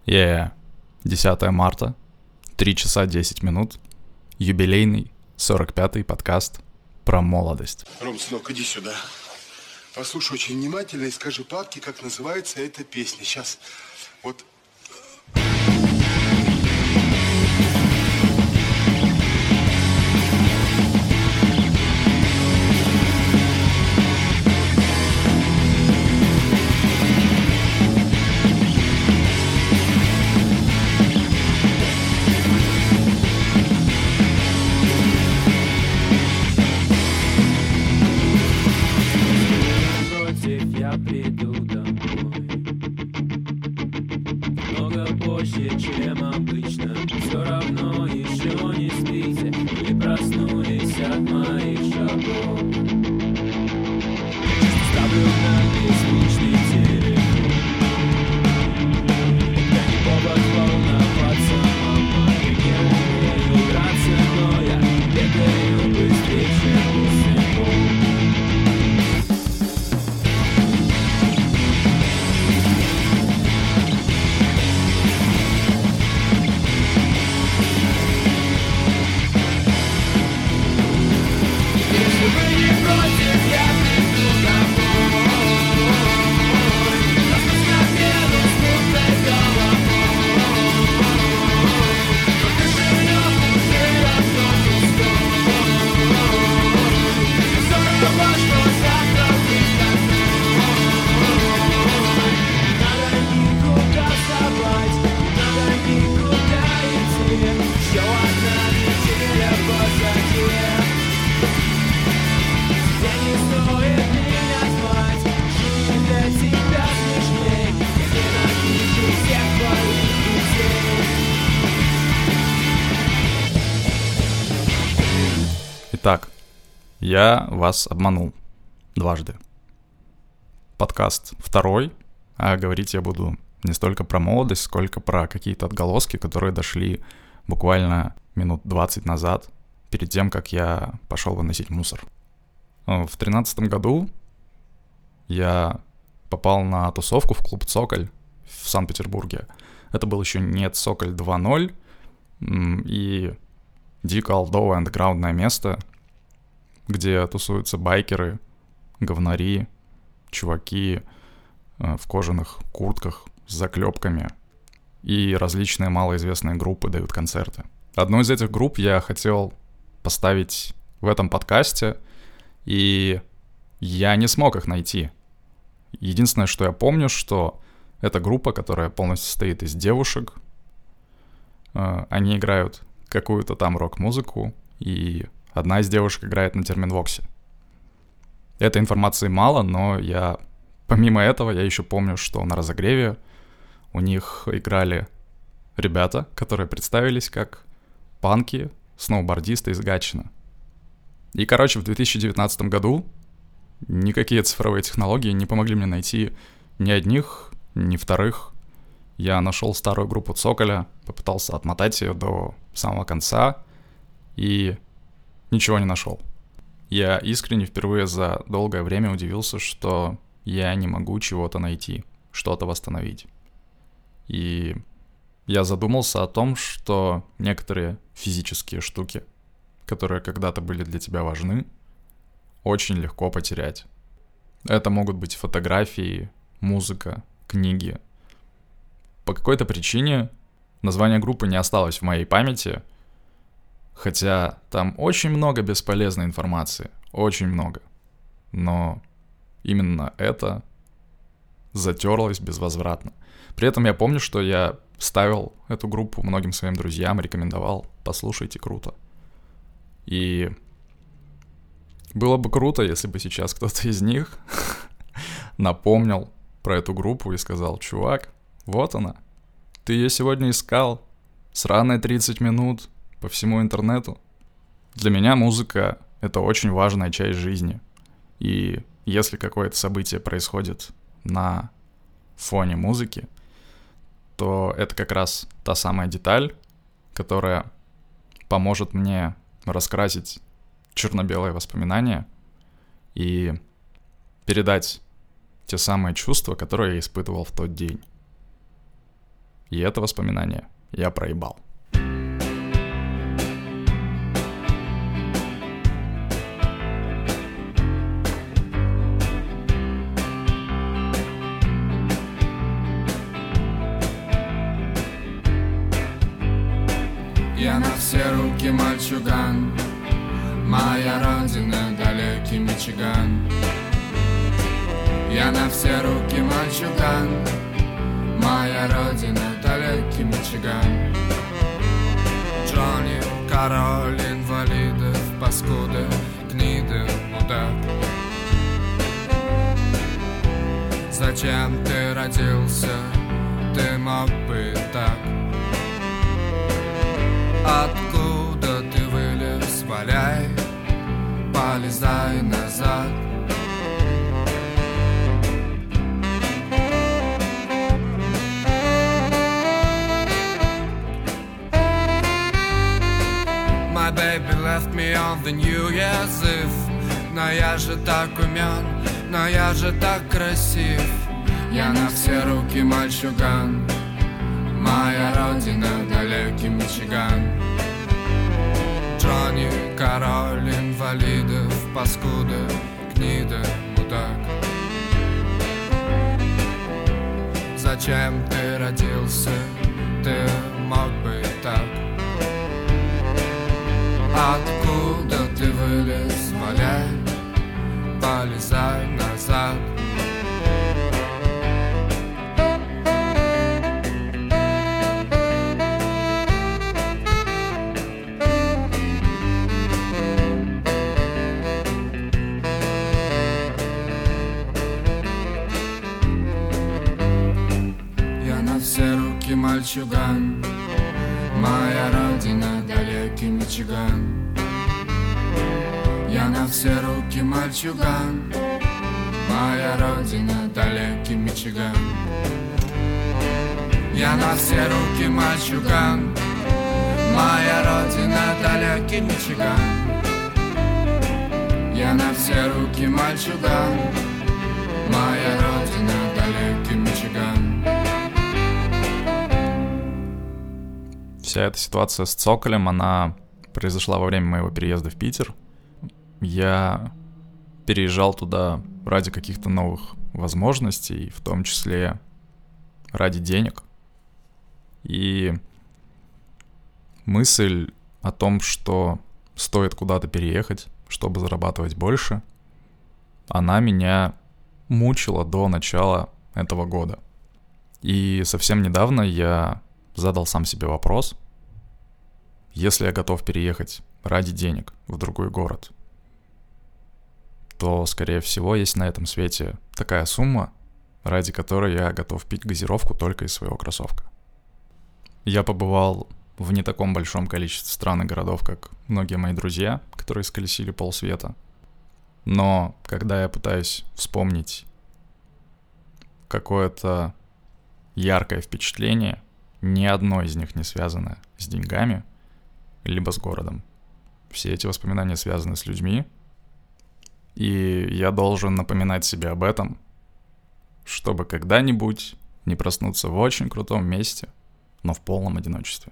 10 марта, 3 часа 10 минут, юбилейный 45-й подкаст про молодость. Ром, сынок, иди сюда. Послушай очень внимательно и скажи папке, как называется эта песня. Сейчас, вот... Итак, я вас обманул дважды. Подкаст второй, а говорить я буду не столько про молодость, сколько про какие-то отголоски, которые дошли буквально минут 20 назад, перед тем, как я пошел выносить мусор. В 2013 году я попал на тусовку в клуб «Цоколь» в Санкт-Петербурге. Это был еще не «Цоколь 2.0», и дико олдовое андеграундное место, где тусуются байкеры, говнари, чуваки в кожаных куртках с заклепками, и различные малоизвестные группы дают концерты. Одну из этих групп я хотел поставить в этом подкасте, и я не смог их найти. Единственное, что я помню, что это группа, которая полностью состоит из девушек. Они играют какую-то там рок-музыку, и одна из девушек играет на терминвоксе. Этой информации мало, но помимо этого, я еще помню, что на разогреве у них играли ребята, которые представились как панки, сноубордисты из Гатчины. И, в 2019 году никакие цифровые технологии не помогли мне найти ни одних, ни вторых. Я нашел старую группу «Цоколя», попытался отмотать ее до самого конца и ничего не нашел. Я искренне впервые за долгое время удивился, что я не могу чего-то найти, что-то восстановить. И я задумался о том, что некоторые физические штуки, которые когда-то были для тебя важны, очень легко потерять. Это могут быть фотографии, музыка, книги. По какой-то причине название группы не осталось в моей памяти, хотя там очень много бесполезной информации, очень много. Но именно это затерлось безвозвратно. При этом я помню, что я ставил эту группу многим своим друзьям, рекомендовал: послушайте, круто. И было бы круто, если бы сейчас кто-то из них напомнил про эту группу и сказал: чувак, вот она, ты ее сегодня искал, сраные 30 минут по всему интернету. Для меня музыка — это очень важная часть жизни. И если какое-то событие происходит на фоне музыки, то это как раз та самая деталь, которая поможет мне раскрасить черно-белые воспоминания и передать те самые чувства, которые я испытывал в тот день. И это воспоминание я проебал. Я на все руки мальчуган, моя родина далекий Мичиган. Я на все руки мальчуган, моя родина далекий Мичиган. Джонни, король инвалидов, паскуда, гнида, мудак. Зачем ты родился? Ты мог бы так. Откуда ты вылез? Валяй, полезай назад. My baby left me on the New Year's Eve. Но я же так умен, но я же так красив. Я на все руки мальчуган, моя родина далекий Мичиган. Джонни, король инвалидов, паскуда, гнида, мудак. Зачем ты родился? Ты мог бы так. Откуда ты вылез? Валяй, полезай назад. Я на все руки мальчуган, моя родина далекий Мичиган. Я на все руки мальчуган, моя родина далекий Мичиган. Я на все руки мальчуган, моя родина далекий Мичиган. Я на все руки мальчуган, моя родина далекий Мичиган. Вся эта ситуация с Цоколем, она произошла во время моего переезда в Питер. Я переезжал туда ради каких-то новых возможностей, в том числе ради денег. И мысль о том, что стоит куда-то переехать, чтобы зарабатывать больше, она меня мучила до начала этого года. И совсем недавно я задал сам себе вопрос: если я готов переехать ради денег в другой город, то, скорее всего, есть на этом свете такая сумма, ради которой я готов пить газировку только из своего кроссовка. Я побывал в не таком большом количестве стран и городов, как многие мои друзья, которые сколесили полсвета. Но когда я пытаюсь вспомнить какое-то яркое впечатление, ни одно из них не связано с деньгами, либо с городом. Все эти воспоминания связаны с людьми, и я должен напоминать себе об этом, чтобы когда-нибудь не проснуться в очень крутом месте, но в полном одиночестве.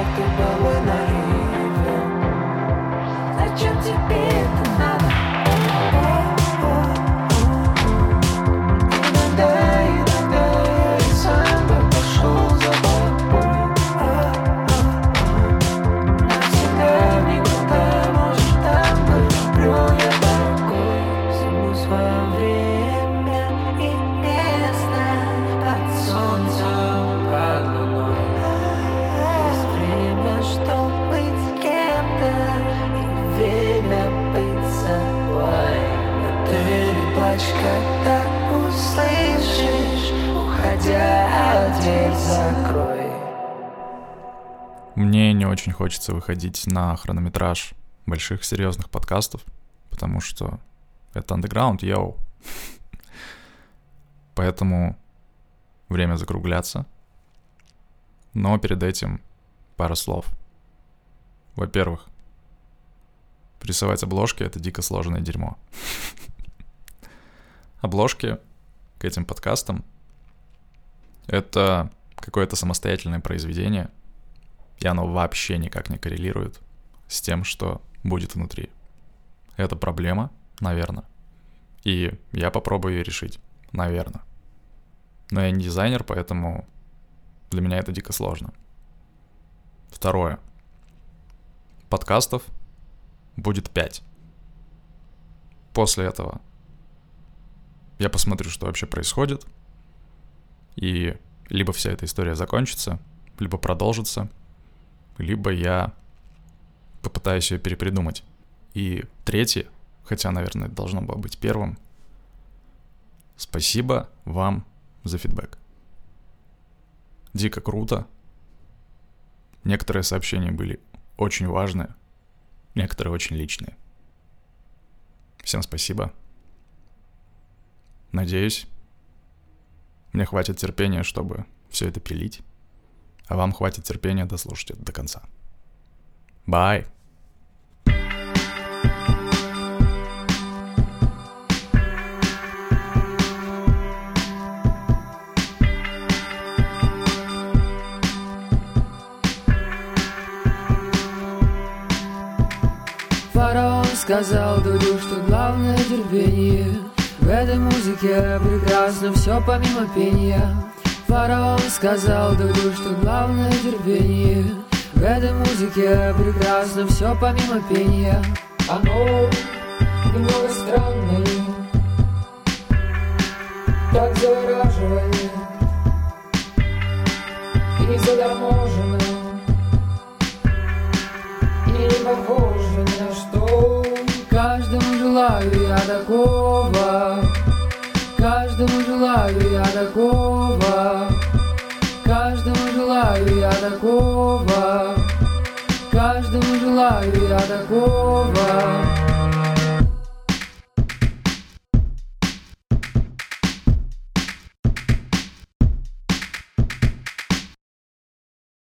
как ты был наивен. Зачем тебе это надо? Иногда я и сам бы пошел за тобой. Навсегда никуда, может, там бы люблю я дорогой. Всему свое время и место, под солнцем, под луной. Есть время, чтоб быть с кем-то, и время быть собой. Но ты не плачь, когда услышишь, уходя, дверь закрой. Мне не очень хочется выходить на хронометраж больших серьезных подкастов, потому что это андеграунд, йоу. Поэтому время закругляться. Но перед этим пара слов. Во-первых, рисовать обложки — это дико сложное дерьмо. Обложки к этим подкастам — это какое-то самостоятельное произведение, и оно вообще никак не коррелирует с тем, что будет внутри. Это проблема, наверное. И я попробую ее решить, наверное. Но я не дизайнер, поэтому для меня это дико сложно. Второе. Подкастов будет 5. После этого я посмотрю, что вообще происходит, и либо вся эта история закончится, либо продолжится, либо я попытаюсь ее перепридумать. И третье, хотя, наверное, это должно было быть первым, спасибо вам за фидбэк. Дико круто. Некоторые сообщения были очень важные, некоторые очень личные. Всем спасибо. Надеюсь, мне хватит терпения, чтобы все это пилить, а вам хватит терпения дослушать это до конца. Bye! Фараон сказал Дудю, что главное терпение. В этой музыке прекрасно все помимо пения. Фараон сказал Дудю, что главное терпение. В этой музыке прекрасно все помимо пения. Оно немного странное, так завораживает и заторможено, и не похоже ни на что. Каждому желаю я такого, каждому желаю я такого, каждому желаю я такого, каждому желаю я такого.